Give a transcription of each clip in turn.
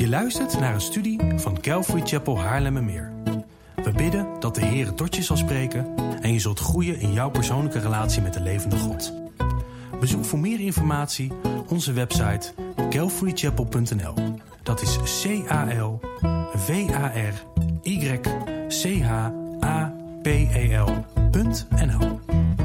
Je luistert naar een studie van Calvary Chapel Haarlemmermeer. We bidden dat de Heer tot je zal spreken en je zult groeien in jouw persoonlijke relatie met de levende God. Bezoek voor meer informatie onze website calvarychapel.nl. Dat is CALVARYCHAPEL.nl.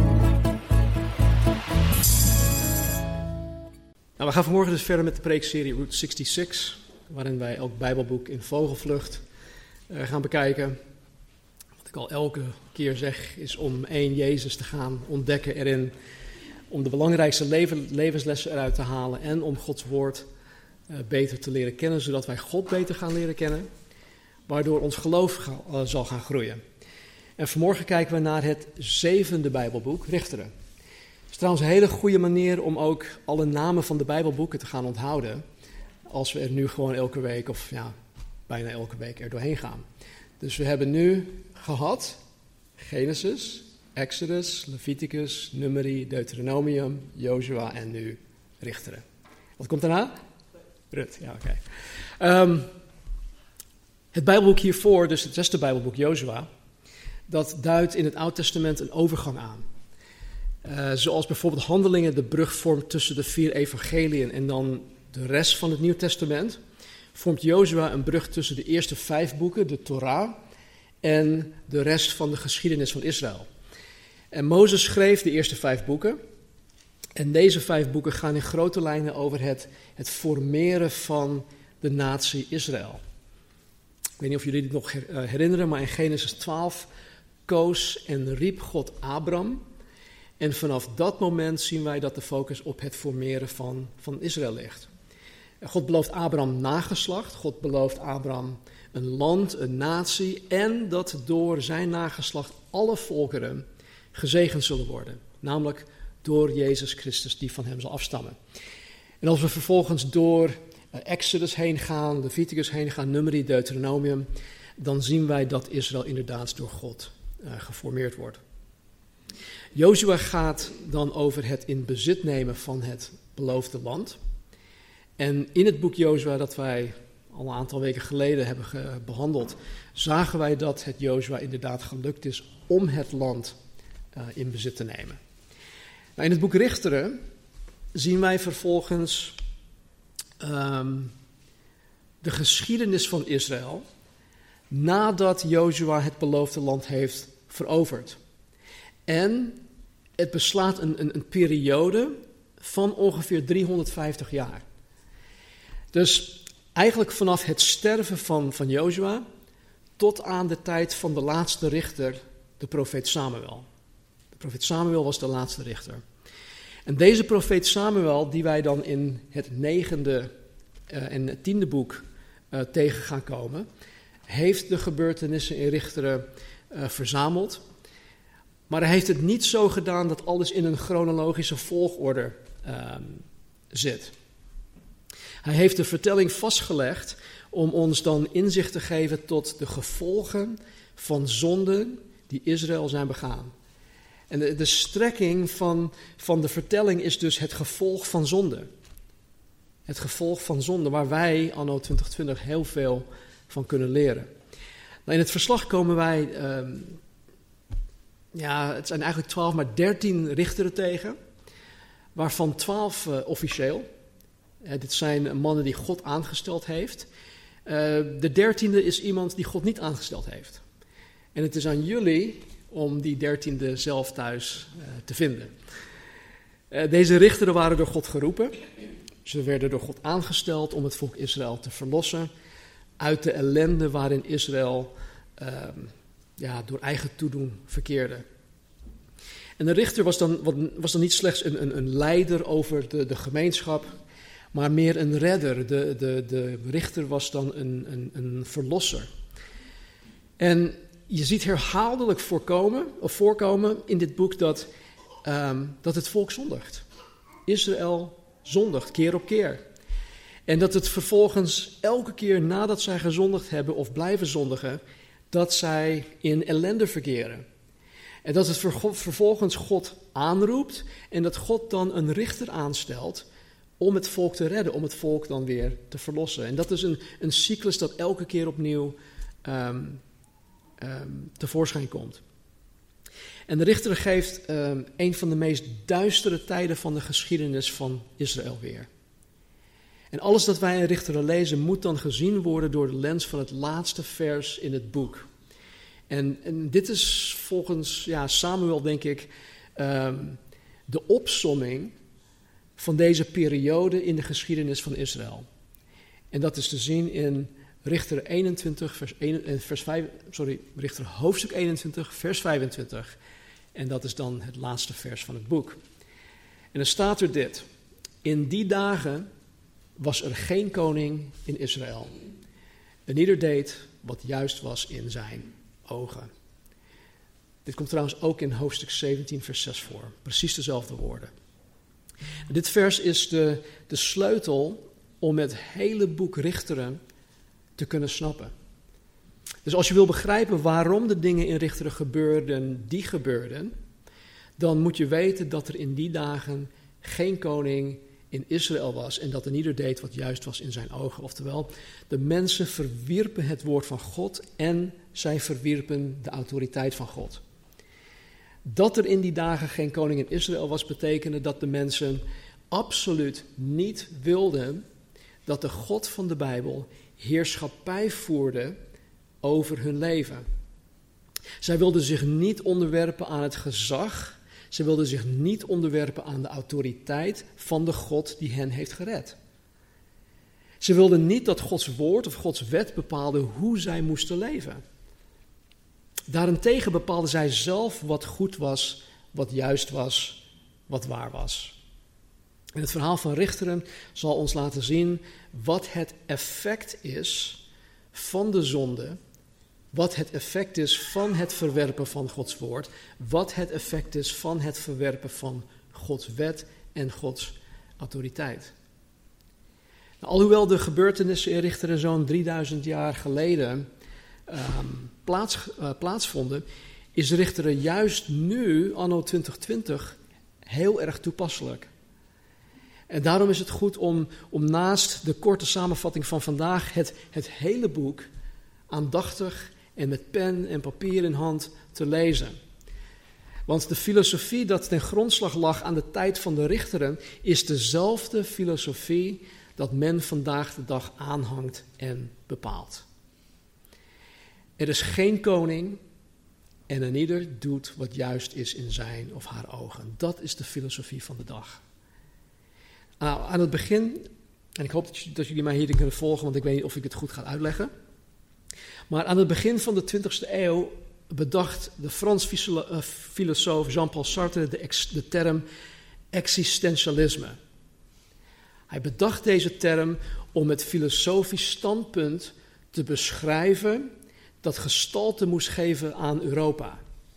Nou, we gaan vanmorgen dus verder met de preekserie Route 66, waarin wij elk Bijbelboek in vogelvlucht gaan bekijken. Wat ik al elke keer zeg, is om één Jezus te gaan ontdekken erin, om de belangrijkste levenslessen eruit te halen en om Gods woord beter te leren kennen, zodat wij God beter gaan leren kennen, waardoor ons geloof zal gaan groeien. En vanmorgen kijken we naar het 7e Bijbelboek, Richteren. Het is trouwens een hele goede manier om ook alle namen van de Bijbelboeken te gaan onthouden, als we er nu gewoon elke week, of ja, bijna elke week er doorheen gaan. Dus we hebben nu gehad Genesis, Exodus, Leviticus, Numeri, Deuteronomium, Jozua en nu Richteren. Wat komt daarna? Rut, ja, oké. Het Bijbelboek hiervoor, dus het 6e Bijbelboek Jozua, dat duidt in het Oude Testament een overgang aan. Zoals bijvoorbeeld Handelingen de brug vormt tussen de 4 evangeliën en dan de rest van het Nieuw Testament, vormt Jozua een brug tussen de eerste 5 boeken, de Torah, en de rest van de geschiedenis van Israël. En Mozes schreef de eerste 5 boeken. En deze 5 boeken gaan in grote lijnen over het formeren van de natie Israël. Ik weet niet of jullie dit nog herinneren, maar in Genesis 12 koos en riep God Abram. En vanaf dat moment zien wij dat de focus op het formeren van Israël ligt. God belooft Abraham nageslacht, God belooft Abraham een land, een natie, en dat door zijn nageslacht alle volkeren gezegend zullen worden. Namelijk door Jezus Christus die van hem zal afstammen. En als we vervolgens door Exodus heen gaan, Leviticus heen gaan, Numeri, Deuteronomium, dan zien wij dat Israël inderdaad door God geformeerd wordt. Jozua gaat dan over het in bezit nemen van het beloofde land. En in het boek Jozua dat wij al een aantal weken geleden hebben behandeld, zagen wij dat het Jozua inderdaad gelukt is om het land in bezit te nemen. Nou, in het boek Richteren zien wij vervolgens de geschiedenis van Israël nadat Jozua het beloofde land heeft veroverd. En het beslaat een periode van ongeveer 350 jaar. Dus eigenlijk vanaf het sterven van Jozua tot aan de tijd van de laatste richter, de profeet Samuel. De profeet Samuel was de laatste richter. En deze profeet Samuel, die wij dan in het 9e en het 10e boek tegen gaan komen, heeft de gebeurtenissen in Richteren verzameld. Maar hij heeft het niet zo gedaan dat alles in een chronologische volgorde zit. Hij heeft de vertelling vastgelegd om ons dan inzicht te geven tot de gevolgen van zonden die Israël zijn begaan. En de strekking van de vertelling is dus het gevolg van zonde. Het gevolg van zonde waar wij anno 2020 heel veel van kunnen leren. Nou, in het verslag komen wij, het zijn eigenlijk 12, maar 13 richteren tegen. Waarvan 12 officieel. Dit zijn mannen die God aangesteld heeft. De 13e is iemand die God niet aangesteld heeft. En het is aan jullie om die 13e zelf thuis te vinden. Deze richteren waren door God geroepen. Ze werden door God aangesteld om het volk Israël te verlossen uit de ellende waarin Israël door eigen toedoen verkeerde. En de richter was dan niet slechts een leider over de gemeenschap, maar meer een redder. De richter was dan een verlosser. En je ziet herhaaldelijk voorkomen in dit boek dat het volk zondigt. Israël zondigt, keer op keer. En dat het vervolgens elke keer nadat zij gezondigd hebben of blijven zondigen, dat zij in ellende verkeren. En dat het vervolgens God aanroept en dat God dan een richter aanstelt om het volk te redden, om het volk dan weer te verlossen. En dat is een cyclus dat elke keer opnieuw tevoorschijn komt. En de Richter geeft een van de meest duistere tijden van de geschiedenis van Israël weer. En alles dat wij in Richteren lezen moet dan gezien worden door de lens van het laatste vers in het boek. En dit is volgens Samuel, denk ik, de opsomming van deze periode in de geschiedenis van Israël. En dat is te zien in Richter 21, Richter hoofdstuk 21, vers 25. En dat is dan het laatste vers van het boek. En dan staat er dit: in die dagen was er geen koning in Israël. En ieder deed wat juist was in zijn ogen. Dit komt trouwens ook in hoofdstuk 17, vers 6 voor. Precies dezelfde woorden. En dit vers is de sleutel om het hele boek Richteren te kunnen snappen. Dus als je wil begrijpen waarom de dingen in Richteren gebeurden die gebeurden, dan moet je weten dat er in die dagen geen koning in Israël was en dat er ieder deed wat juist was in zijn ogen. Oftewel, de mensen verwierpen het woord van God en zij verwierpen de autoriteit van God. Dat er in die dagen geen koning in Israël was, betekende dat de mensen absoluut niet wilden dat de God van de Bijbel heerschappij voerde over hun leven. Zij wilden zich niet onderwerpen aan het gezag. Ze wilden zich niet onderwerpen aan de autoriteit van de God die hen heeft gered. Ze wilden niet dat Gods woord of Gods wet bepaalde hoe zij moesten leven. Daarentegen bepaalden zij zelf wat goed was, wat juist was, wat waar was. En het verhaal van Richteren zal ons laten zien wat het effect is van de zonde, wat het effect is van het verwerpen van Gods woord, wat het effect is van het verwerpen van Gods wet en Gods autoriteit. Nou, alhoewel de gebeurtenissen in Richteren zo'n 3000 jaar geleden plaatsvonden, is Richteren juist nu, anno 2020, heel erg toepasselijk. En daarom is het goed om naast de korte samenvatting van vandaag het hele boek aandachtig en met pen en papier in hand te lezen. Want de filosofie dat ten grondslag lag aan de tijd van de Richteren is dezelfde filosofie dat men vandaag de dag aanhangt en bepaalt. Er is geen koning en een ieder doet wat juist is in zijn of haar ogen. Dat is de filosofie van de dag. Nou, aan het begin, en ik hoop dat jullie mij hierin kunnen volgen, want ik weet niet of ik het goed ga uitleggen. Maar aan het begin van de 20e eeuw bedacht de Frans filosoof Jean-Paul Sartre de term existentialisme. Hij bedacht deze term om het filosofisch standpunt te beschrijven dat gestalte moest geven aan Europa.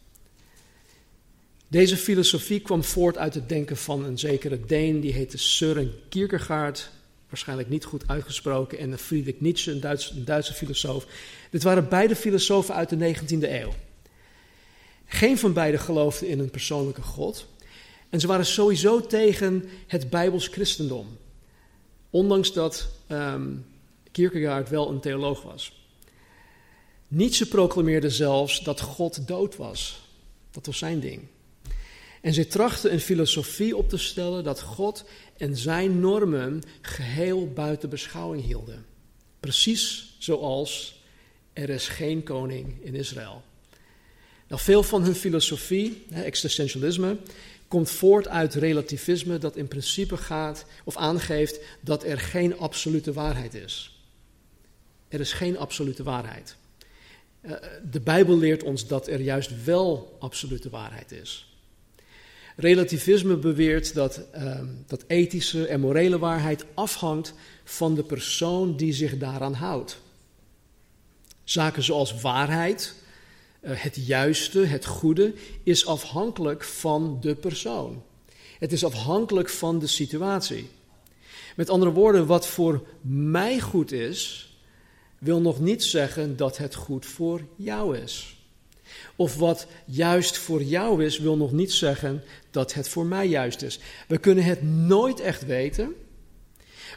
Deze filosofie kwam voort uit het denken van een zekere Deen, die heette Søren Kierkegaard, waarschijnlijk niet goed uitgesproken, en Friedrich Nietzsche, een Duitse filosoof. Dit waren beide filosofen uit de 19e eeuw. Geen van beiden geloofde in een persoonlijke God. En ze waren sowieso tegen het Bijbels christendom. Ondanks dat Kierkegaard wel een theoloog was. Nietzsche proclameerde zelfs dat God dood was. Dat was zijn ding. En zij trachten een filosofie op te stellen dat God en zijn normen geheel buiten beschouwing hielden. Precies zoals er is geen koning in Israël. Nou, veel van hun filosofie, existentialisme, komt voort uit relativisme dat in principe aangeeft dat er geen absolute waarheid is. Er is geen absolute waarheid. De Bijbel leert ons dat er juist wel absolute waarheid is. Relativisme beweert dat ethische en morele waarheid afhangt van de persoon die zich daaraan houdt. Zaken zoals waarheid, het juiste, het goede, is afhankelijk van de persoon. Het is afhankelijk van de situatie. Met andere woorden, wat voor mij goed is, wil nog niet zeggen dat het goed voor jou is. Of wat juist voor jou is, wil nog niet zeggen dat het voor mij juist is. We kunnen het nooit echt weten,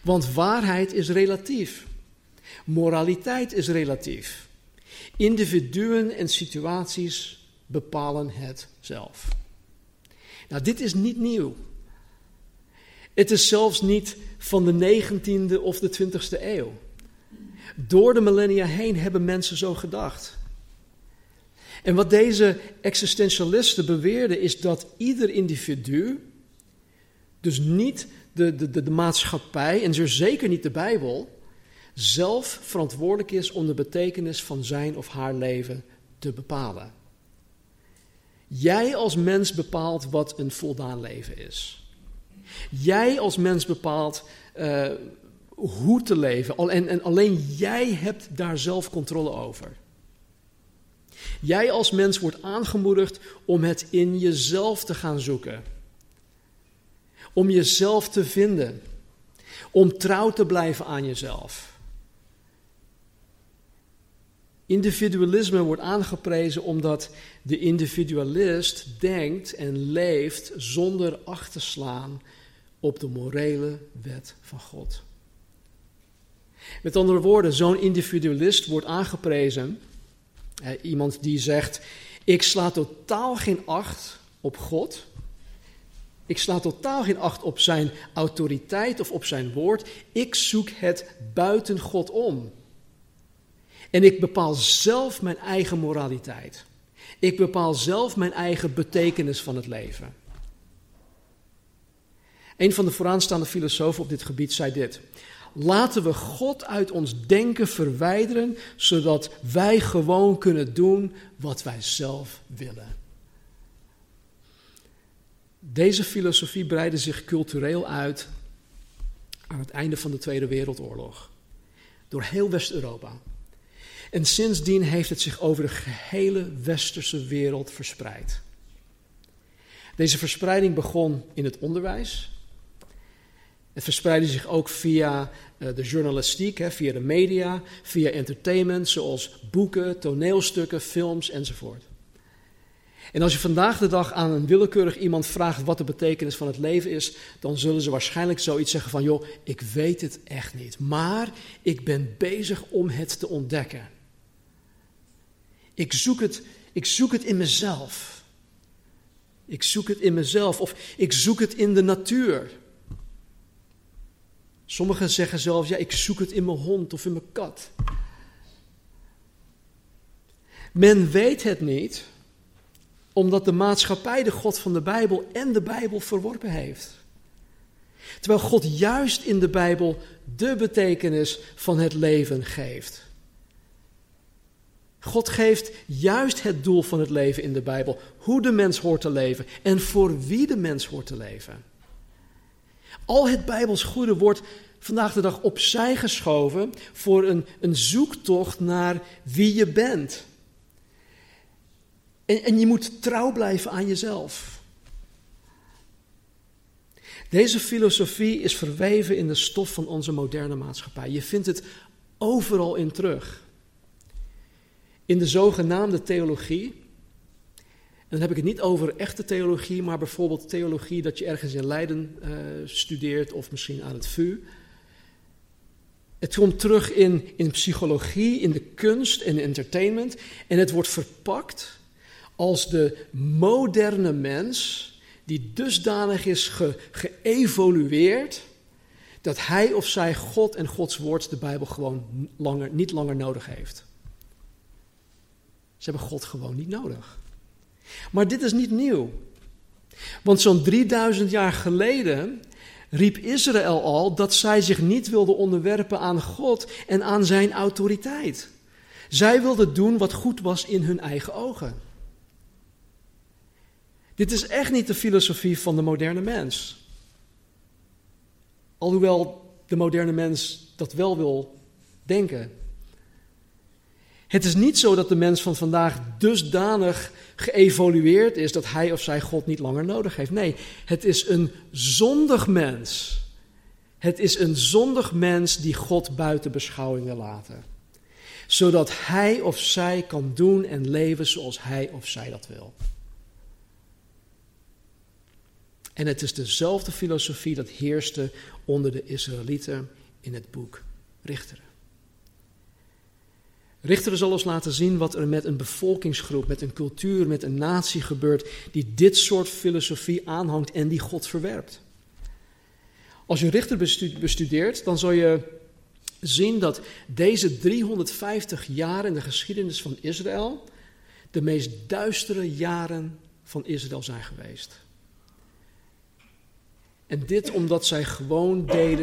Want waarheid is relatief. Moraliteit is relatief. Individuen en situaties bepalen het zelf. Nou, dit is niet nieuw. Het is zelfs niet van de 19e of de 20e eeuw. Door de millennia heen hebben mensen zo gedacht. En wat deze existentialisten beweerden is dat ieder individu, dus niet de maatschappij en zeker niet de Bijbel, zelf verantwoordelijk is om de betekenis van zijn of haar leven te bepalen. Jij als mens bepaalt wat een voldaan leven is. Jij als mens bepaalt hoe te leven. En alleen jij hebt daar zelf controle over. Jij als mens wordt aangemoedigd om het in jezelf te gaan zoeken. Om jezelf te vinden. Om trouw te blijven aan jezelf. Individualisme wordt aangeprezen omdat de individualist denkt en leeft zonder acht te slaan op de morele wet van God. Met andere woorden, zo'n individualist wordt aangeprezen, iemand die zegt, ik sla totaal geen acht op God, ik sla totaal geen acht op zijn autoriteit of op zijn woord, ik zoek het buiten God om. En ik bepaal zelf mijn eigen moraliteit. Ik bepaal zelf mijn eigen betekenis van het leven. Een van de vooraanstaande filosofen op dit gebied zei dit. Laten we God uit ons denken verwijderen, zodat wij gewoon kunnen doen wat wij zelf willen. Deze filosofie breidde zich cultureel uit aan het einde van de Tweede Wereldoorlog. Door heel West-Europa. En sindsdien heeft het zich over de gehele westerse wereld verspreid. Deze verspreiding begon in het onderwijs. Het verspreidde zich ook via de journalistiek, via de media, via entertainment, zoals boeken, toneelstukken, films enzovoort. En als je vandaag de dag aan een willekeurig iemand vraagt wat de betekenis van het leven is, dan zullen ze waarschijnlijk zoiets zeggen van, joh, ik weet het echt niet, maar ik ben bezig om het te ontdekken. Ik zoek het in mezelf. Ik zoek het in mezelf of ik zoek het in de natuur. Sommigen zeggen zelfs, ja, ik zoek het in mijn hond of in mijn kat. Men weet het niet, omdat de maatschappij de God van de Bijbel en de Bijbel verworpen heeft. Terwijl God juist in de Bijbel de betekenis van het leven geeft. God geeft juist het doel van het leven in de Bijbel. Hoe de mens hoort te leven en voor wie de mens hoort te leven. Al het Bijbels goede wordt vandaag de dag opzij geschoven voor een zoektocht naar wie je bent. En je moet trouw blijven aan jezelf. Deze filosofie is verweven in de stof van onze moderne maatschappij. Je vindt het overal in terug. In de zogenaamde theologie. En dan heb ik het niet over echte theologie, maar bijvoorbeeld theologie dat je ergens in Leiden studeert of misschien aan het VU. Het komt terug in psychologie, in de kunst en entertainment. En het wordt verpakt als de moderne mens die dusdanig is geëvolueerd dat hij of zij God en Gods woord, de Bijbel, gewoon niet langer nodig heeft. Ze hebben God gewoon niet nodig. Maar dit is niet nieuw. Want zo'n 3000 jaar geleden riep Israël al dat zij zich niet wilden onderwerpen aan God en aan zijn autoriteit. Zij wilden doen wat goed was in hun eigen ogen. Dit is echt niet de filosofie van de moderne mens. Alhoewel de moderne mens dat wel wil denken. Het is niet zo dat de mens van vandaag dusdanig geëvolueerd is dat hij of zij God niet langer nodig heeft. Nee, het is een zondig mens. Het is een zondig mens die God buiten beschouwing wil laten. Zodat hij of zij kan doen en leven zoals hij of zij dat wil. En het is dezelfde filosofie dat heerste onder de Israëlieten in het boek Richteren. Richteren zal ons laten zien wat er met een bevolkingsgroep, met een cultuur, met een natie gebeurt die dit soort filosofie aanhangt en die God verwerpt. Als je Richter bestudeert, dan zal je zien dat deze 350 jaar in de geschiedenis van Israël de meest duistere jaren van Israël zijn geweest. En dit omdat zij gewoon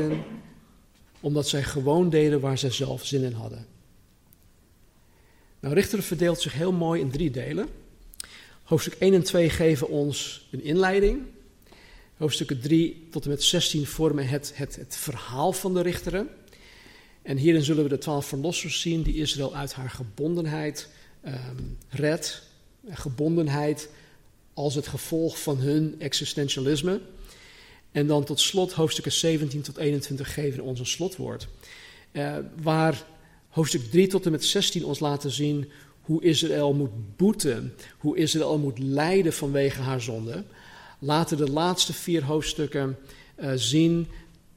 deden waar zij zelf zin in hadden. Nou, Richteren verdeelt zich heel mooi in 3 delen. Hoofdstuk 1 en 2 geven ons een inleiding. Hoofdstukken 3 tot en met 16 vormen het verhaal van de Richteren. En hierin zullen we de 12 verlossers zien die Israël uit haar gebondenheid redt. Gebondenheid als het gevolg van hun existentialisme. En dan tot slot hoofdstukken 17 tot 21 geven ons een slotwoord. Waar hoofdstuk 3 tot en met 16 ons laten zien hoe Israël moet boeten. Hoe Israël moet lijden vanwege haar zonde. Laten de laatste 4 hoofdstukken zien.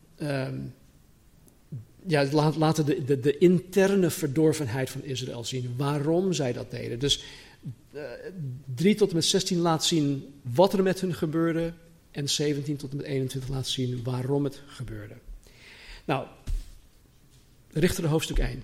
Laten de interne verdorvenheid van Israël zien. Waarom zij dat deden. Dus 3 tot en met 16 laat zien wat er met hun gebeurde. En 17 tot en met 21 laat zien waarom het gebeurde. Nou, Richteren hoofdstuk 1.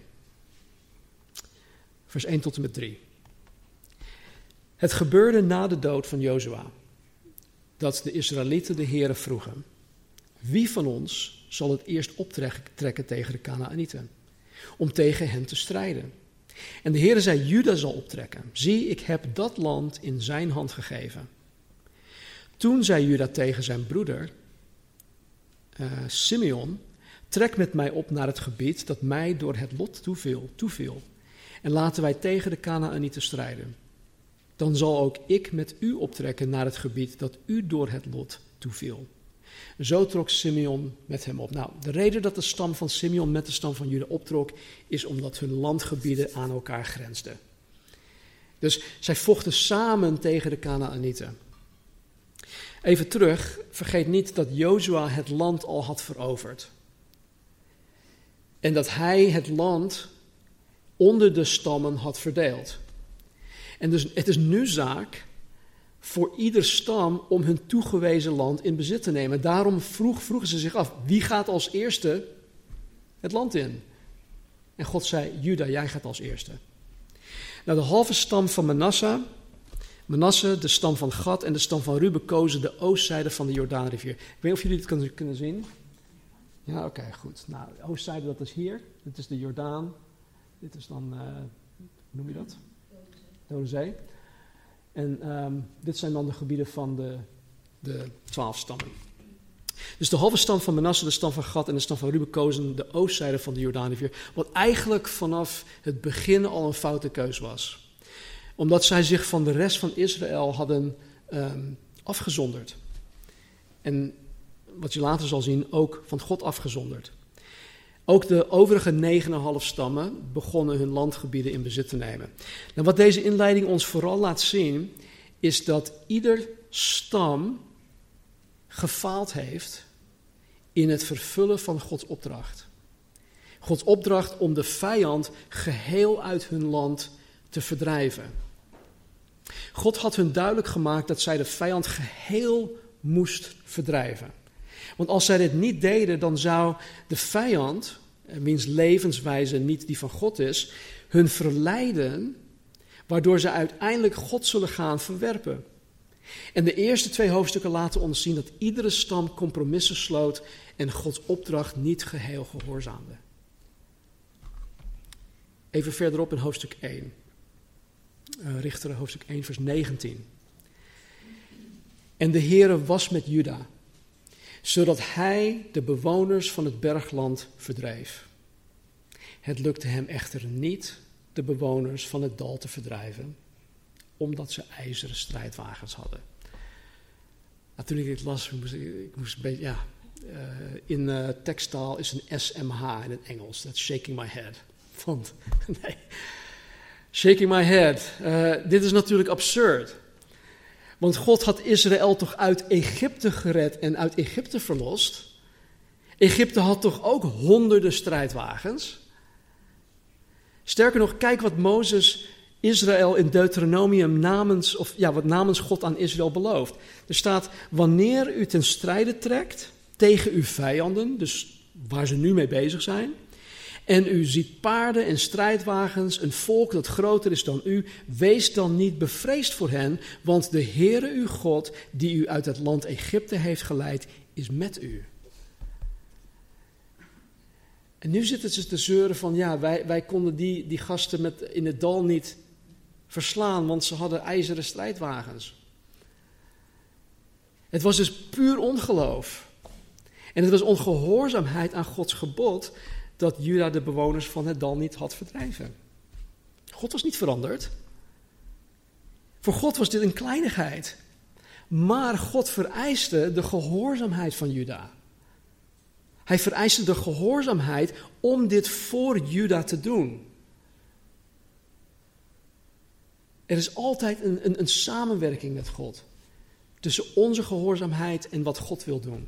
Vers 1 tot en met 3. Het gebeurde na de dood van Jozua, dat de Israëlieten de Heere vroegen: wie van ons zal het eerst optrekken tegen de Kanaanieten, om tegen hen te strijden? En de Heere zei: Juda zal optrekken. Zie, ik heb dat land in zijn hand gegeven. Toen zei Juda tegen zijn broeder Simeon: trek met mij op naar het gebied dat mij door het lot toeviel. En laten wij tegen de Kanaanieten strijden. Dan zal ook ik met u optrekken naar het gebied dat u door het lot toeviel. Zo trok Simeon met hem op. Nou, de reden dat de stam van Simeon met de stam van Juda optrok, is omdat hun landgebieden aan elkaar grensden. Dus zij vochten samen tegen de Kanaanieten. Even terug, vergeet niet dat Jozua het land al had veroverd. En dat hij het land onder de stammen had verdeeld. En dus het is nu zaak voor ieder stam om hun toegewezen land in bezit te nemen. Daarom vroegen ze zich af, wie gaat als eerste het land in? En God zei: Juda, jij gaat als eerste. Nou, de halve stam van Manasse, de stam van Gad en de stam van Ruben kozen de oostzijde van de Jordaanrivier. Ik weet niet of jullie dit kunnen zien. Ja, oké, goed. Nou, de oostzijde, dat is hier. Dit is de Jordaan. Dit is dan, hoe noem je dat? Dode Zee. En dit zijn dan de gebieden van de 12 stammen. Dus de halve stam van Manasse, de stam van Gad en de stam van Ruben kozen de oostzijde van de Jordaanrivier. Wat eigenlijk vanaf het begin al een foute keus was. Omdat zij zich van de rest van Israël hadden afgezonderd. En wat je later zal zien, ook van God afgezonderd. Ook de overige 9,5 stammen begonnen hun landgebieden in bezit te nemen. Nou, wat deze inleiding ons vooral laat zien, is dat ieder stam gefaald heeft in het vervullen van Gods opdracht. Gods opdracht om de vijand geheel uit hun land te verdrijven. God had hun duidelijk gemaakt dat zij de vijand geheel moest verdrijven. Want als zij dit niet deden, dan zou de vijand, wiens levenswijze niet die van God is, hun verleiden, waardoor ze uiteindelijk God zullen gaan verwerpen. En de eerste 2 hoofdstukken laten ons zien dat iedere stam compromissen sloot en Gods opdracht niet geheel gehoorzaamde. Even verderop in hoofdstuk 1. Richteren hoofdstuk 1 vers 19. En de Heere was met Juda, zodat hij de bewoners van het bergland verdreef. Het lukte hem echter niet de bewoners van het dal te verdrijven, omdat ze ijzeren strijdwagens hadden. Nou, toen ik dit las, ik moest een beetje, in teksttaal is een SMH in het Engels, that's shaking my head. Nee, shaking my head. Dit is natuurlijk absurd. Want God had Israël toch uit Egypte gered en uit Egypte verlost. Egypte had toch ook honderden strijdwagens? Sterker nog, kijk wat Mozes Israël in Deuteronomium namens God aan Israël belooft. Er staat, wanneer u ten strijde trekt tegen uw vijanden, dus waar ze nu mee bezig zijn, en u ziet paarden en strijdwagens, een volk dat groter is dan u, wees dan niet bevreesd voor hen, want de Heere uw God, die u uit het land Egypte heeft geleid, is met u. En nu zitten ze te zeuren van, ja, wij konden die gasten in het dal niet verslaan, want ze hadden ijzeren strijdwagens. Het was dus puur ongeloof. En het was ongehoorzaamheid aan Gods gebod dat Juda de bewoners van het dal niet had verdreven. God was niet veranderd. Voor God was dit een kleinigheid. Maar God vereiste de gehoorzaamheid van Juda. Hij vereiste de gehoorzaamheid om dit voor Juda te doen. Er is altijd een samenwerking met God. Tussen onze gehoorzaamheid en wat God wil doen.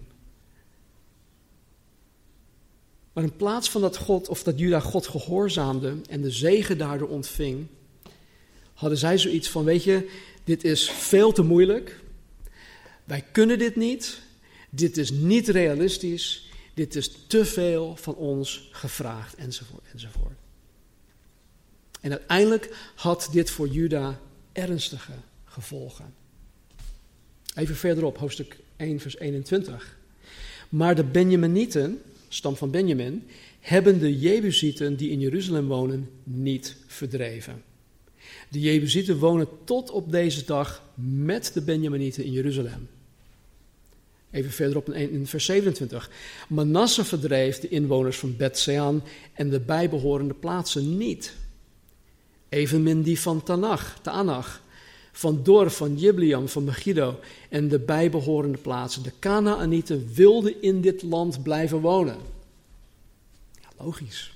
Maar in plaats van dat Juda God gehoorzaamde en de zegen daardoor ontving, hadden zij zoiets van, weet je, dit is veel te moeilijk. Wij kunnen dit niet. Dit is niet realistisch. Dit is te veel van ons gevraagd, enzovoort, enzovoort. En uiteindelijk had dit voor Juda ernstige gevolgen. Even verderop, hoofdstuk 1, vers 21. Maar de Benjaminieten, stam van Benjamin, hebben de Jebusieten die in Jeruzalem wonen niet verdreven. De Jebusieten wonen tot op deze dag met de Benjaminieten in Jeruzalem. Even verderop in vers 27. Manasse verdreef de inwoners van Bet-Sean en de bijbehorende plaatsen niet. Evenmin die van Taanach, van Dor, van Jibleam, van Megiddo en de bijbehorende plaatsen. De Kanaanieten wilden in dit land blijven wonen. Ja, logisch.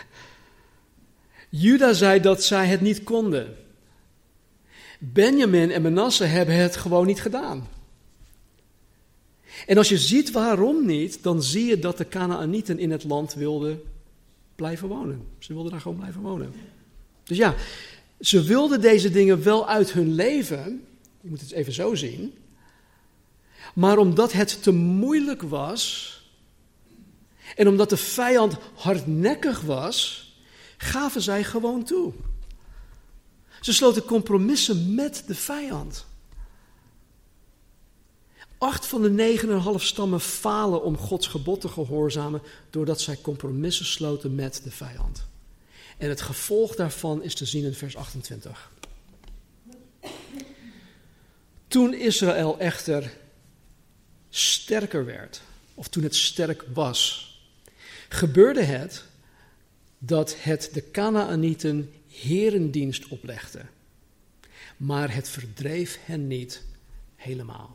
Juda zei dat zij het niet konden. Benjamin en Manasse hebben het gewoon niet gedaan. En als je ziet waarom niet, dan zie je dat de Kanaanieten in het land wilden blijven wonen. Ze wilden daar gewoon blijven wonen. Dus ja, ze wilden deze dingen wel uit hun leven, je moet het even zo zien, maar omdat het te moeilijk was en omdat de vijand hardnekkig was, gaven zij gewoon toe. Ze sloten compromissen met de vijand. 8 van de 9,5 stammen falen om Gods gebod te gehoorzamen doordat zij compromissen sloten met de vijand. En het gevolg daarvan is te zien in vers 28. Toen Israël echter sterker werd, of toen het sterk was, gebeurde het dat het de Kanaanieten herendienst oplegde. Maar het verdreef hen niet helemaal.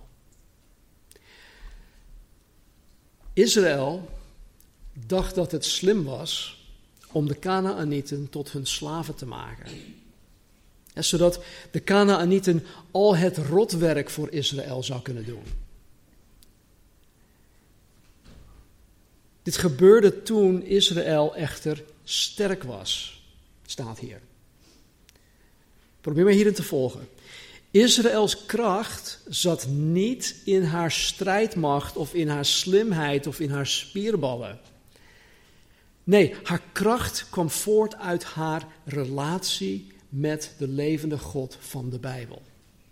Israël dacht dat het slim was om de Kanaanieten tot hun slaven te maken. En zodat de Kanaanieten al het rotwerk voor Israël zou kunnen doen. Dit gebeurde toen Israël echter sterk was, staat hier. Probeer me hierin te volgen. Israëls kracht zat niet in haar strijdmacht of in haar slimheid of in haar spierballen. Nee, haar kracht kwam voort uit haar relatie met de levende God van de Bijbel.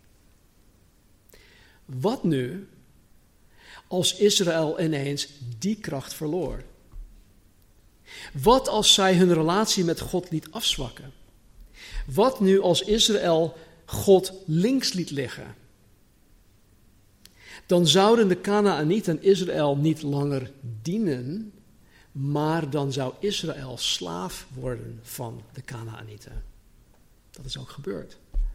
Wat nu als Israël ineens die kracht verloor? Wat als zij hun relatie met God liet afzwakken? Wat nu als Israël God links liet liggen? Dan zouden de Kanaanieten Israël niet langer dienen, maar dan zou Israël slaaf worden van de Kanaanieten. Dat is ook gebeurd.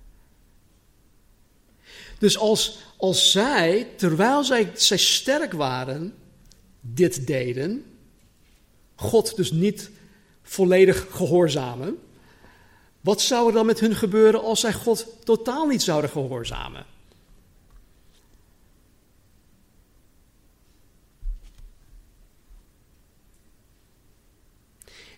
Dus als zij, terwijl zij sterk waren, dit deden, God dus niet volledig gehoorzamen, wat zou er dan met hun gebeuren als zij God totaal niet zouden gehoorzamen?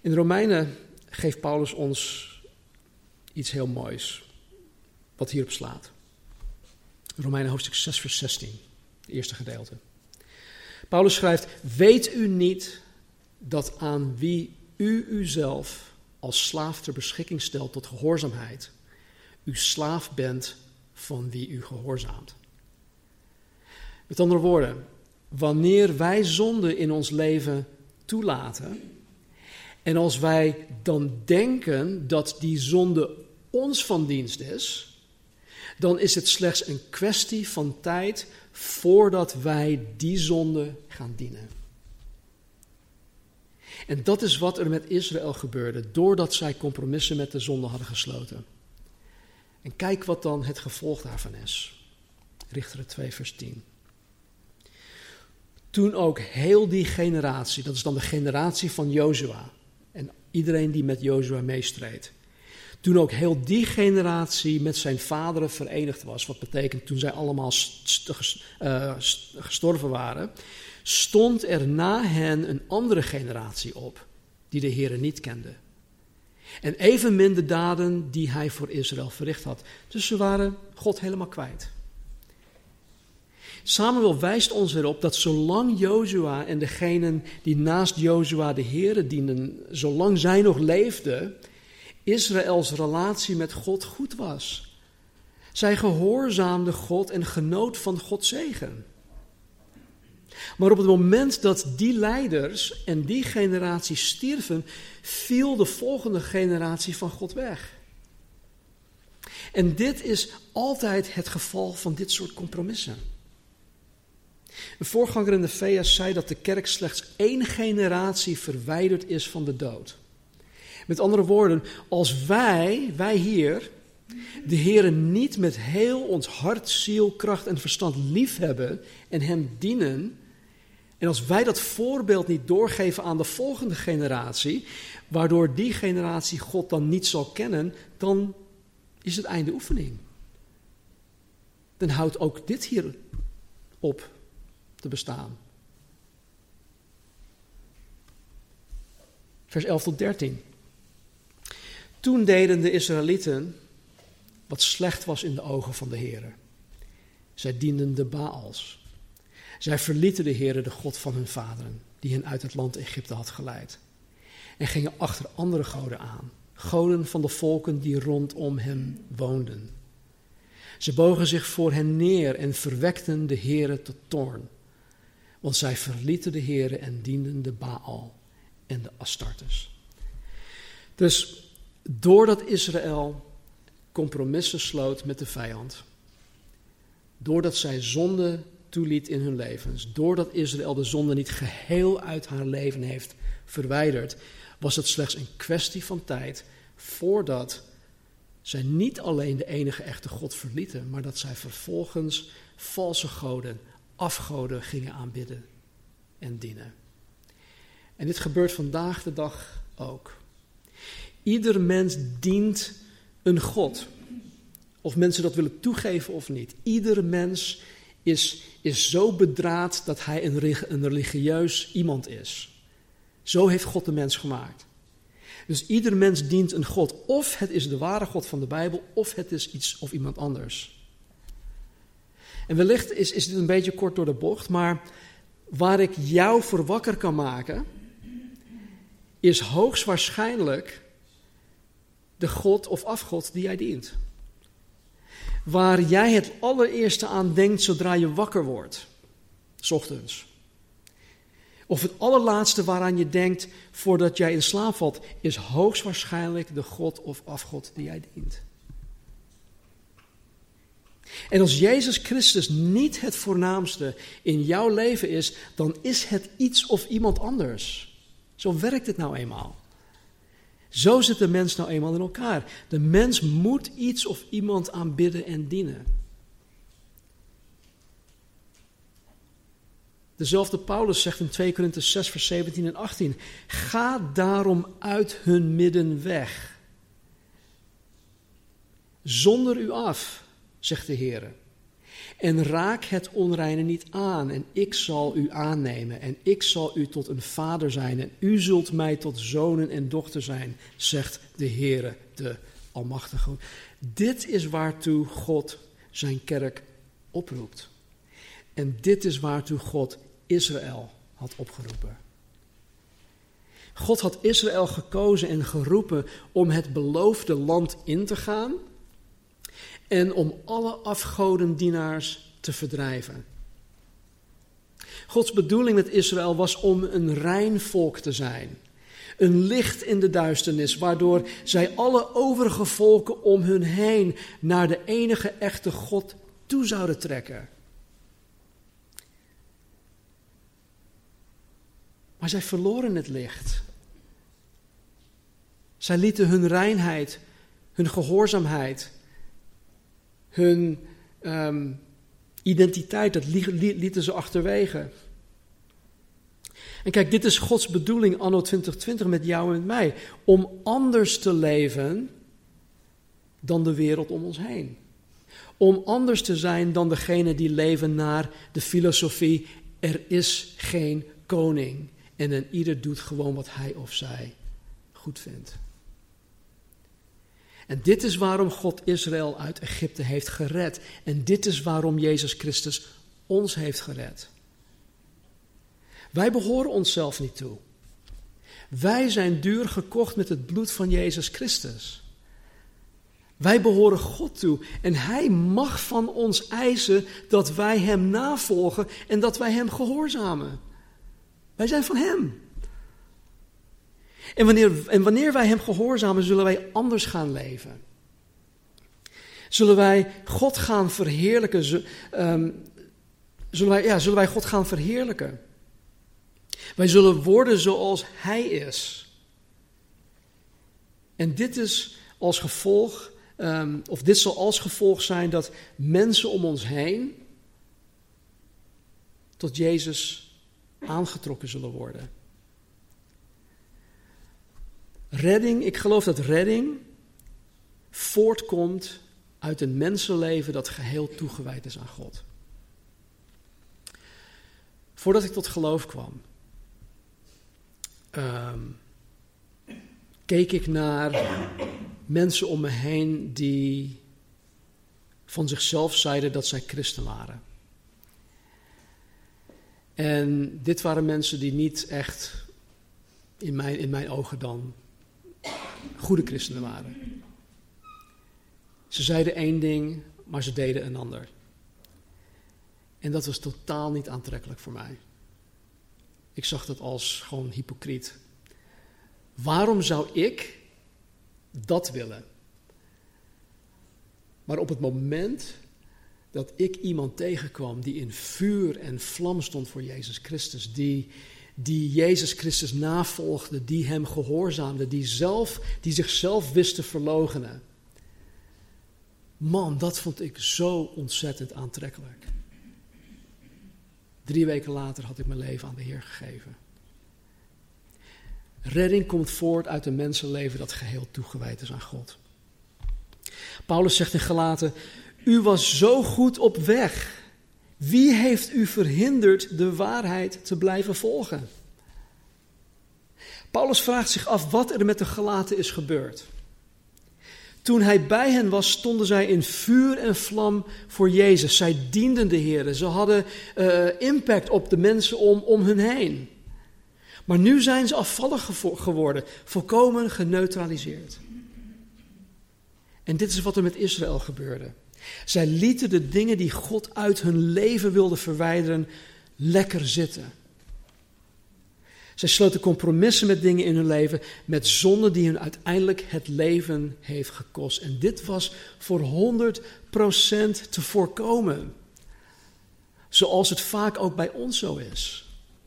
In Romeinen geeft Paulus ons iets heel moois, wat hierop slaat. Romeinen hoofdstuk 6 vers 16, het eerste gedeelte. Paulus schrijft, weet u niet dat aan wie u uzelf als slaaf ter beschikking stelt tot gehoorzaamheid, u slaaf bent van wie u gehoorzaamt. Met andere woorden, wanneer wij zonde in ons leven toelaten en als wij dan denken dat die zonde ons van dienst is, dan is het slechts een kwestie van tijd voordat wij die zonde gaan dienen. En dat is wat er met Israël gebeurde, doordat zij compromissen met de zonde hadden gesloten. En kijk wat dan het gevolg daarvan is. Richteren 2 vers 10. Toen ook heel die generatie, dat is dan de generatie van Jozua en iedereen die met Jozua meestreed. Toen ook heel die generatie met zijn vaderen verenigd was, wat betekent toen zij allemaal gestorven waren, stond er na hen een andere generatie op, die de Heere niet kende. En evenmin de daden die hij voor Israël verricht had. Dus ze waren God helemaal kwijt. Samuel wijst ons erop dat zolang Jozua en degenen die naast Jozua de Heere dienden, zolang zij nog leefden, Israëls relatie met God goed was. Zij gehoorzaamde God en genoot van Gods zegen. Maar op het moment dat die leiders en die generatie stierven, viel de volgende generatie van God weg. En dit is altijd het geval van dit soort compromissen. Een voorganger in de VS zei dat de kerk slechts 1 generatie verwijderd is van de dood. Met andere woorden, als wij hier, de Heere niet met heel ons hart, ziel, kracht en verstand liefhebben en hem dienen, en als wij dat voorbeeld niet doorgeven aan de volgende generatie, waardoor die generatie God dan niet zal kennen, dan is het einde oefening. Dan houdt ook dit hier op te bestaan. Vers 11 tot 13. Toen deden de Israëlieten wat slecht was in de ogen van de Heere. Zij dienden de Baals. Zij verlieten de Heere, de God van hun vaderen, die hen uit het land Egypte had geleid. En gingen achter andere goden aan, goden van de volken die rondom hen woonden. Ze bogen zich voor hen neer en verwekten de Heere tot toorn. Want zij verlieten de Heere en dienden de Baal en de Astartes. Dus doordat Israël compromissen sloot met de vijand, doordat zij zonde toeliet in hun levens, doordat Israël de zonde niet geheel uit haar leven heeft verwijderd, was het slechts een kwestie van tijd voordat zij niet alleen de enige echte God verlieten, maar dat zij vervolgens valse goden, afgoden gingen aanbidden en dienen. En dit gebeurt vandaag de dag ook. Ieder mens dient een God. Of mensen dat willen toegeven of niet. Ieder mens is zo bedraad dat hij een religieus iemand is. Zo heeft God de mens gemaakt. Dus ieder mens dient een God. Of het is de ware God van de Bijbel, of het is iets of iemand anders. En wellicht is dit een beetje kort door de bocht, maar waar ik jou voor wakker kan maken, is hoogstwaarschijnlijk de God of afgod die jij dient. Waar jij het allereerste aan denkt zodra je wakker wordt, 's ochtends. Of het allerlaatste waaraan je denkt voordat jij in slaap valt, is hoogstwaarschijnlijk de God of afgod die jij dient. En als Jezus Christus niet het voornaamste in jouw leven is, dan is het iets of iemand anders. Zo werkt het nou eenmaal. Zo zit de mens nou eenmaal in elkaar. De mens moet iets of iemand aanbidden en dienen. Dezelfde Paulus zegt in 2 Korinthe 6 vers 17 en 18. Ga daarom uit hun midden weg. Zonder u af, zegt de Heer. En raak het onreine niet aan, en ik zal u aannemen, en ik zal u tot een vader zijn, en u zult mij tot zonen en dochter zijn, zegt de Heere, de Almachtige. Dit is waartoe God zijn kerk oproept. En dit is waartoe God Israël had opgeroepen. God had Israël gekozen en geroepen om het beloofde land in te gaan en om alle afgodendienaars te verdrijven. Gods bedoeling met Israël was om een rein volk te zijn. Een licht in de duisternis, waardoor zij alle overige volken om hun heen naar de enige echte God toe zouden trekken. Maar zij verloren het licht. Zij lieten hun reinheid, hun gehoorzaamheid, hun identiteit, dat lieten ze achterwege. En kijk, dit is Gods bedoeling anno 2020 met jou en met mij. Om anders te leven dan de wereld om ons heen. Om anders te zijn dan degenen die leven naar de filosofie, er is geen koning. En een ieder doet gewoon wat hij of zij goed vindt. En dit is waarom God Israël uit Egypte heeft gered. En dit is waarom Jezus Christus ons heeft gered. Wij behoren onszelf niet toe. Wij zijn duur gekocht met het bloed van Jezus Christus. Wij behoren God toe en Hij mag van ons eisen dat wij Hem navolgen en dat wij Hem gehoorzamen. Wij zijn van Hem. En wanneer wij Hem gehoorzamen, zullen wij anders gaan leven. Zullen wij God gaan verheerlijken? Zullen wij God gaan verheerlijken? Wij zullen worden zoals Hij is. En dit is als gevolg, dit zal als gevolg zijn dat mensen om ons heen tot Jezus aangetrokken zullen worden. Redding, ik geloof dat redding voortkomt uit een mensenleven dat geheel toegewijd is aan God. Voordat ik tot geloof kwam, keek ik naar mensen om me heen die van zichzelf zeiden dat zij christen waren. En dit waren mensen die niet echt in mijn ogen dan goede christenen waren. Ze zeiden één ding, maar ze deden een ander. En dat was totaal niet aantrekkelijk voor mij. Ik zag dat als gewoon hypocriet. Waarom zou ik dat willen? Maar op het moment dat ik iemand tegenkwam die in vuur en vlam stond voor Jezus Christus, die Jezus Christus navolgde, die hem gehoorzaamde, die zichzelf wist te verloochenen. Man, dat vond ik zo ontzettend aantrekkelijk. 3 weken later had ik mijn leven aan de Heer gegeven. Redding komt voort uit een mensenleven dat geheel toegewijd is aan God. Paulus zegt in Galaten: u was zo goed op weg. Wie heeft u verhinderd de waarheid te blijven volgen? Paulus vraagt zich af wat er met de Galaten is gebeurd. Toen hij bij hen was, stonden zij in vuur en vlam voor Jezus. Zij dienden de Heer. Ze hadden impact op de mensen om hun heen. Maar nu zijn ze afvallig geworden, volkomen geneutraliseerd. En dit is wat er met Israël gebeurde. Zij lieten de dingen die God uit hun leven wilde verwijderen lekker zitten. Zij sloten compromissen met dingen in hun leven, met zonde die hun uiteindelijk het leven heeft gekost. En dit was voor 100% te voorkomen. Zoals het vaak ook bij ons zo is.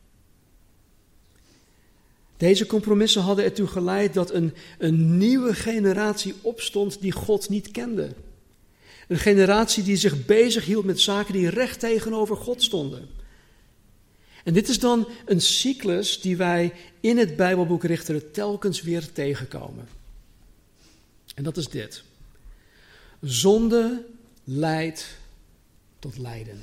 Deze compromissen hadden ertoe geleid dat een nieuwe generatie opstond die God niet kende. Een generatie die zich bezighield met zaken die recht tegenover God stonden. En dit is dan een cyclus die wij in het Bijbelboek Richteren telkens weer tegenkomen. En dat is dit. Zonde leidt tot lijden.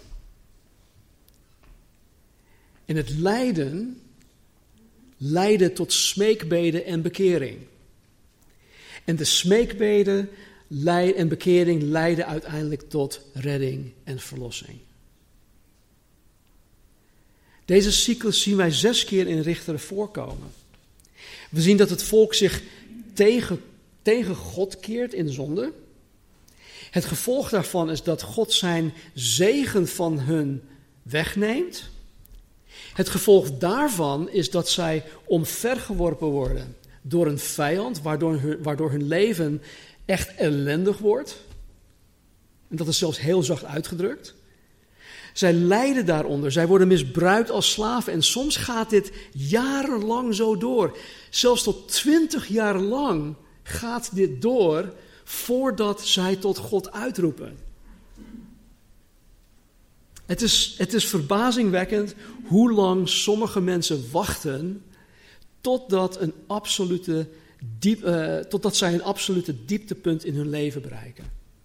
En het lijden leidde tot smeekbeden en bekering. En de smeekbeden en bekering leidden uiteindelijk tot redding en verlossing. Deze cyclus zien wij 6 keer in Richteren voorkomen. We zien dat het volk zich tegen God keert in zonde. Het gevolg daarvan is dat God zijn zegen van hun wegneemt. Het gevolg daarvan is dat zij omvergeworpen worden door een vijand, waardoor hun leven echt ellendig wordt. En dat is zelfs heel zacht uitgedrukt. Zij lijden daaronder, zij worden misbruikt als slaven en soms gaat dit jarenlang zo door. Zelfs tot 20 jaar lang gaat dit door voordat zij tot God uitroepen. Het is verbazingwekkend hoe lang sommige mensen wachten totdat zij een absolute dieptepunt in hun leven bereiken.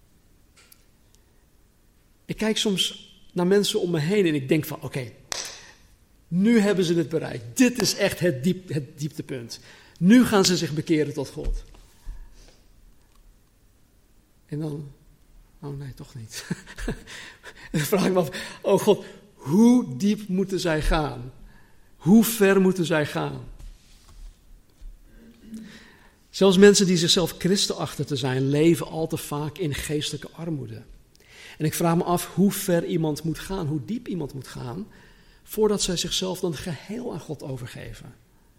Ik kijk soms naar mensen om me heen en ik denk van oké, nu hebben ze het bereikt. Dit is echt het dieptepunt. Nu gaan ze zich bekeren tot God. En dan, oh nee, toch niet. En dan vraag ik me af, oh God, hoe diep moeten zij gaan? Hoe ver moeten zij gaan? Zelfs mensen die zichzelf christen achten te zijn, leven al te vaak in geestelijke armoede. En ik vraag me af hoe ver iemand moet gaan, hoe diep iemand moet gaan, voordat zij zichzelf dan geheel aan God overgeven.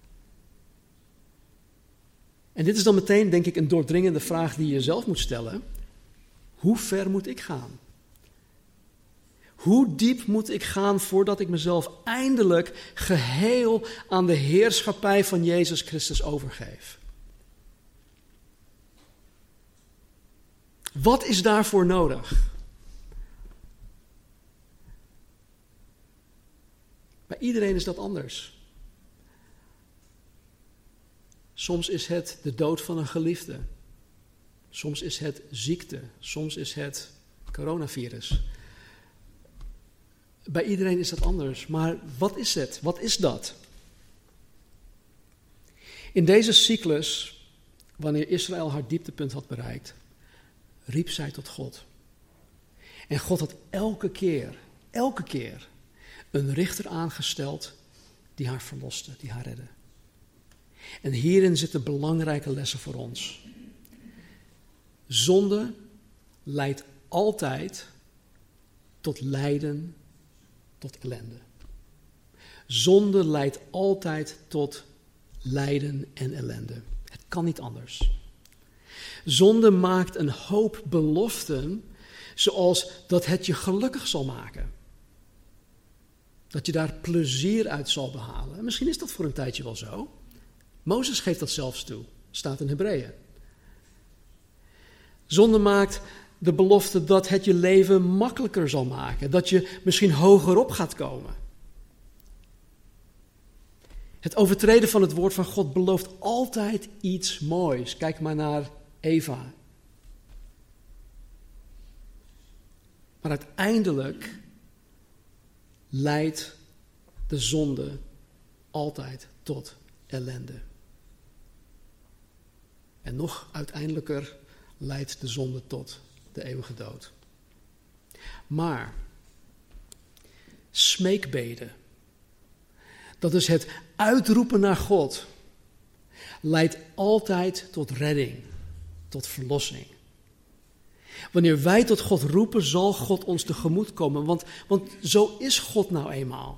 En dit is dan meteen, denk ik, een doordringende vraag die je jezelf moet stellen. Hoe ver moet ik gaan? Hoe diep moet ik gaan voordat ik mezelf eindelijk geheel aan de heerschappij van Jezus Christus overgeef? Wat is daarvoor nodig? Bij iedereen is dat anders. Soms is het de dood van een geliefde. Soms is het ziekte. Soms is het coronavirus. Bij iedereen is dat anders. Maar wat is het? Wat is dat? In deze cyclus, wanneer Israël haar dieptepunt had bereikt, riep zij tot God. En God had elke keer een richter aangesteld die haar verloste, die haar redde. En hierin zitten belangrijke lessen voor ons. Zonde leidt altijd tot lijden, tot ellende. Zonde leidt altijd tot lijden en ellende. Het kan niet anders. Zonde maakt een hoop beloften, zoals dat het je gelukkig zal maken. Dat je daar plezier uit zal behalen. En misschien is dat voor een tijdje wel zo. Mozes geeft dat zelfs toe, staat in Hebreeën. Zonde maakt de belofte dat het je leven makkelijker zal maken. Dat je misschien hoger op gaat komen. Het overtreden van het woord van God belooft altijd iets moois. Kijk maar naar Eva. Maar uiteindelijk leidt de zonde altijd tot ellende. En nog uiteindelijker leidt de zonde tot de eeuwige dood. Maar smeekbeden, dat is het uitroepen naar God, leidt altijd tot redding, tot verlossing. Wanneer wij tot God roepen, zal God ons tegemoet komen, want zo is God nou eenmaal.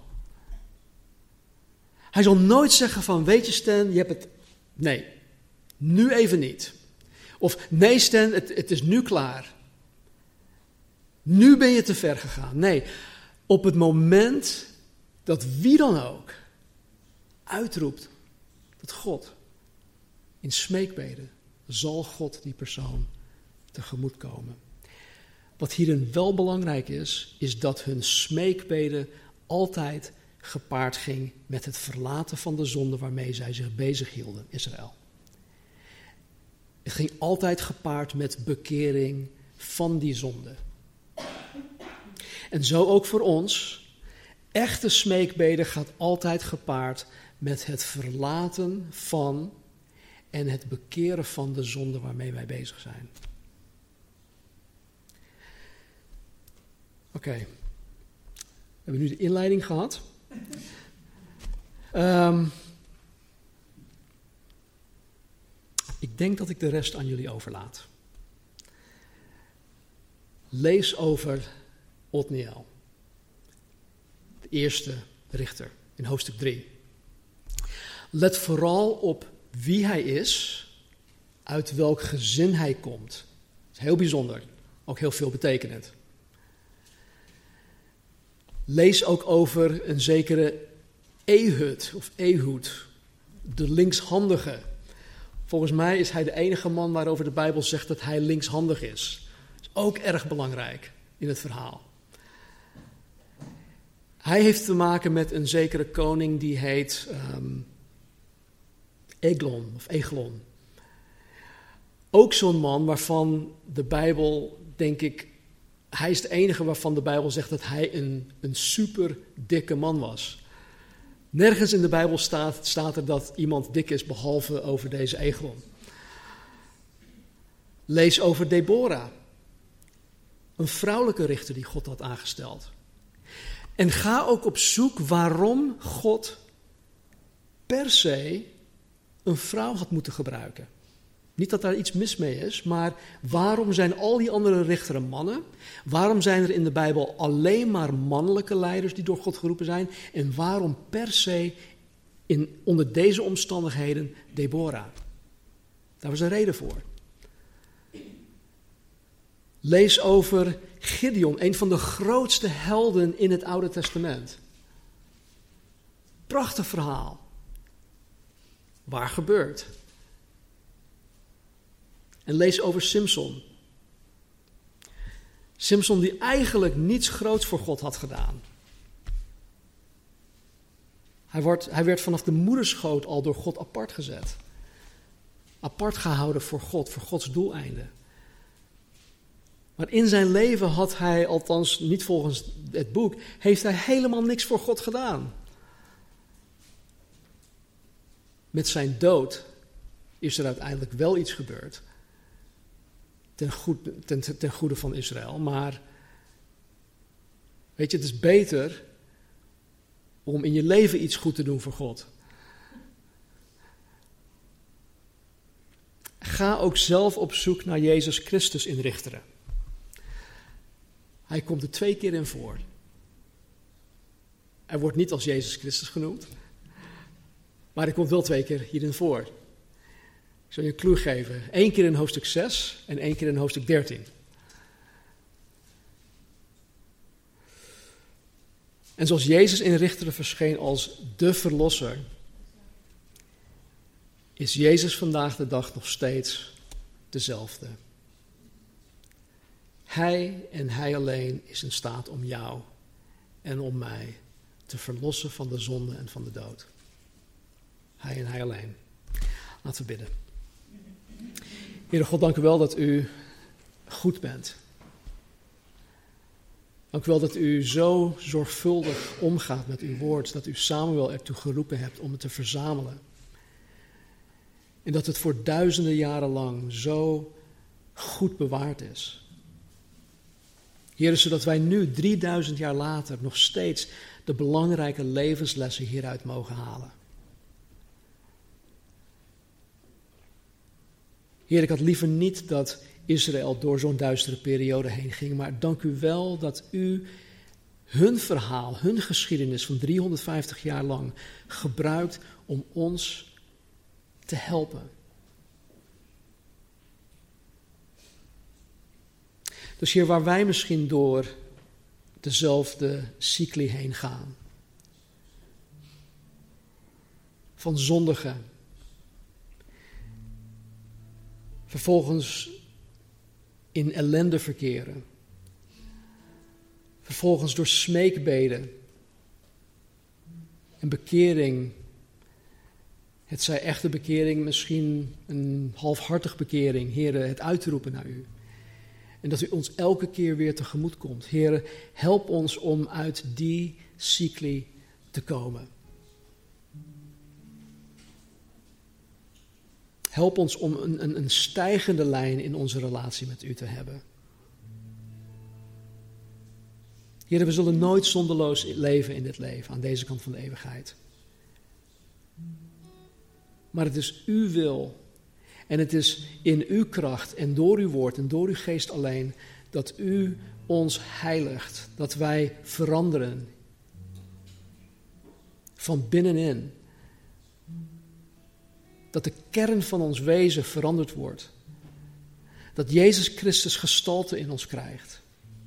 Hij zal nooit zeggen van, weet je Stan, je hebt het, nee, nu even niet. Of nee Stan, het is nu klaar. Nu ben je te ver gegaan. Nee, op het moment dat wie dan ook uitroept tot God in smeekbeden, zal God die persoon tegemoet komen. Wat hierin wel belangrijk is dat hun smeekbeden altijd gepaard ging met het verlaten van de zonde waarmee zij zich bezig hielden, Israël. Het ging altijd gepaard met bekering van die zonde. En zo ook voor ons. Echte smeekbede gaat altijd gepaard met het verlaten van en het bekeren van de zonde waarmee wij bezig zijn. Oké. We hebben nu de inleiding gehad. Ik denk dat ik de rest aan jullie overlaat. Lees over Othniel, de eerste richter in hoofdstuk 3. Let vooral op wie hij is, uit welk gezin hij komt. Dat is heel bijzonder, ook heel veel betekenend. Lees ook over een zekere Ehud, de linkshandige. Volgens mij is hij de enige man waarover de Bijbel zegt dat hij linkshandig is. Dat is ook erg belangrijk in het verhaal. Hij heeft te maken met een zekere koning die heet Eglon. Ook zo'n man waarvan de Bijbel, denk ik, hij is de enige waarvan de Bijbel zegt dat hij een super dikke man was. Nergens in de Bijbel staat er dat iemand dik is, behalve over deze Eglon. Lees over Deborah, een vrouwelijke richter die God had aangesteld. En ga ook op zoek waarom God per se een vrouw had moeten gebruiken. Niet dat daar iets mis mee is, maar waarom zijn al die andere richteren mannen? Waarom zijn er in de Bijbel alleen maar mannelijke leiders die door God geroepen zijn? En waarom per se onder deze omstandigheden Deborah? Daar was een reden voor. Lees over Gideon, een van de grootste helden in het Oude Testament. Prachtig verhaal. Waar gebeurt? En lees over Samson. Samson die eigenlijk niets groots voor God had gedaan. Hij werd vanaf de moederschoot al door God apart gezet. Apart gehouden voor God, voor Gods doeleinden. Maar in zijn leven had hij, althans niet volgens het boek, heeft hij helemaal niks voor God gedaan. Met zijn dood is er uiteindelijk wel iets gebeurd. Ten goede van Israël. Maar weet je, het is beter om in je leven iets goed te doen voor God. Ga ook zelf op zoek naar Jezus Christus in Richteren. Hij komt er 2 keer in voor. Hij wordt niet als Jezus Christus genoemd. Maar hij komt wel 2 keer hierin voor. Ik zal je een clue geven. 1 keer in hoofdstuk 6 en 1 keer in hoofdstuk 13. En zoals Jezus in Richteren verscheen als de verlosser, is Jezus vandaag de dag nog steeds dezelfde. Hij en hij alleen is in staat om jou en om mij te verlossen van de zonde en van de dood. Hij en hij alleen. Laten we bidden. Heere God, dank u wel dat u goed bent. Dank u wel dat u zo zorgvuldig omgaat met uw woord, dat u Samuel ertoe geroepen hebt om het te verzamelen. En dat het voor duizenden jaren lang zo goed bewaard is. Heere, zodat wij nu 3000 jaar later nog steeds de belangrijke levenslessen hieruit mogen halen. Heer, ik had liever niet dat Israël door zo'n duistere periode heen ging, maar dank u wel dat u hun verhaal, hun geschiedenis van 350 jaar lang gebruikt om ons te helpen. Dus Heer, waar wij misschien door dezelfde cycli heen gaan, van zondigen, vervolgens in ellende verkeren, vervolgens door smeekbeden en bekering, het zij echte bekering, misschien een halfhartig bekering, Heere, het uit te roepen naar u. En dat u ons elke keer weer tegemoet komt. Heer, help ons om uit die cycli te komen. Help ons om een stijgende lijn in onze relatie met u te hebben. Heer, we zullen nooit zonderloos leven in dit leven, aan deze kant van de eeuwigheid. Maar het is uw wil en het is in uw kracht en door uw woord en door uw geest alleen dat u ons heiligt, dat wij veranderen van binnenin. Dat de kern van ons wezen veranderd wordt. Dat Jezus Christus gestalte in ons krijgt.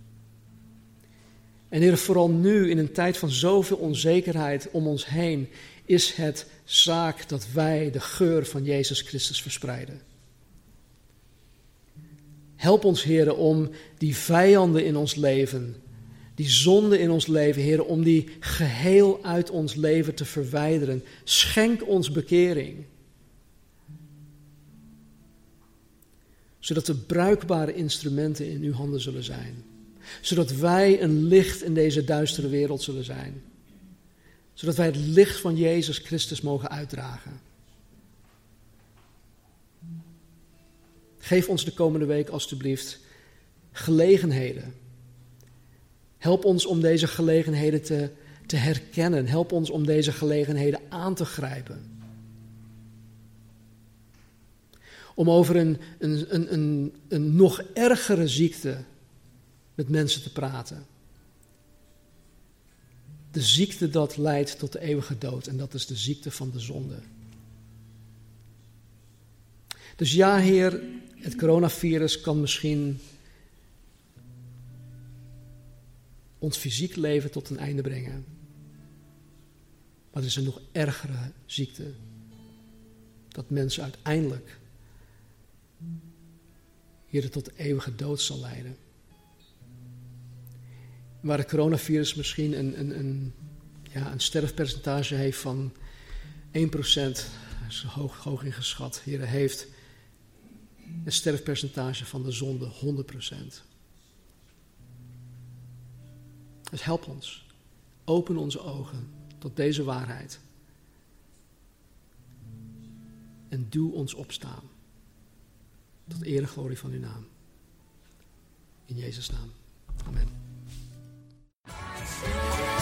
En Heer, vooral nu in een tijd van zoveel onzekerheid om ons heen, is het zaak dat wij de geur van Jezus Christus verspreiden. Help ons, Heer, om die vijanden in ons leven, die zonde in ons leven, Heer, om die geheel uit ons leven te verwijderen. Schenk ons bekering. Zodat we bruikbare instrumenten in uw handen zullen zijn. Zodat wij een licht in deze duistere wereld zullen zijn. Zodat wij het licht van Jezus Christus mogen uitdragen. Geef ons de komende week alstublieft gelegenheden. Help ons om deze gelegenheden te herkennen. Help ons om deze gelegenheden aan te grijpen. Om over een nog ergere ziekte met mensen te praten. De ziekte dat leidt tot de eeuwige dood. En dat is de ziekte van de zonde. Dus ja, Heer, het coronavirus kan misschien ons fysiek leven tot een einde brengen. Maar er is een nog ergere ziekte. Dat mensen uiteindelijk, Heer, tot de eeuwige dood zal leiden. Waar het coronavirus misschien een sterfpercentage heeft van 1%, dat is hoog ingeschat. Heer, heeft een sterfpercentage van de zonde 100%. Dus help ons. Open onze ogen tot deze waarheid. En doe ons opstaan. Tot eer en glorie van uw naam. In Jezus' naam. Amen.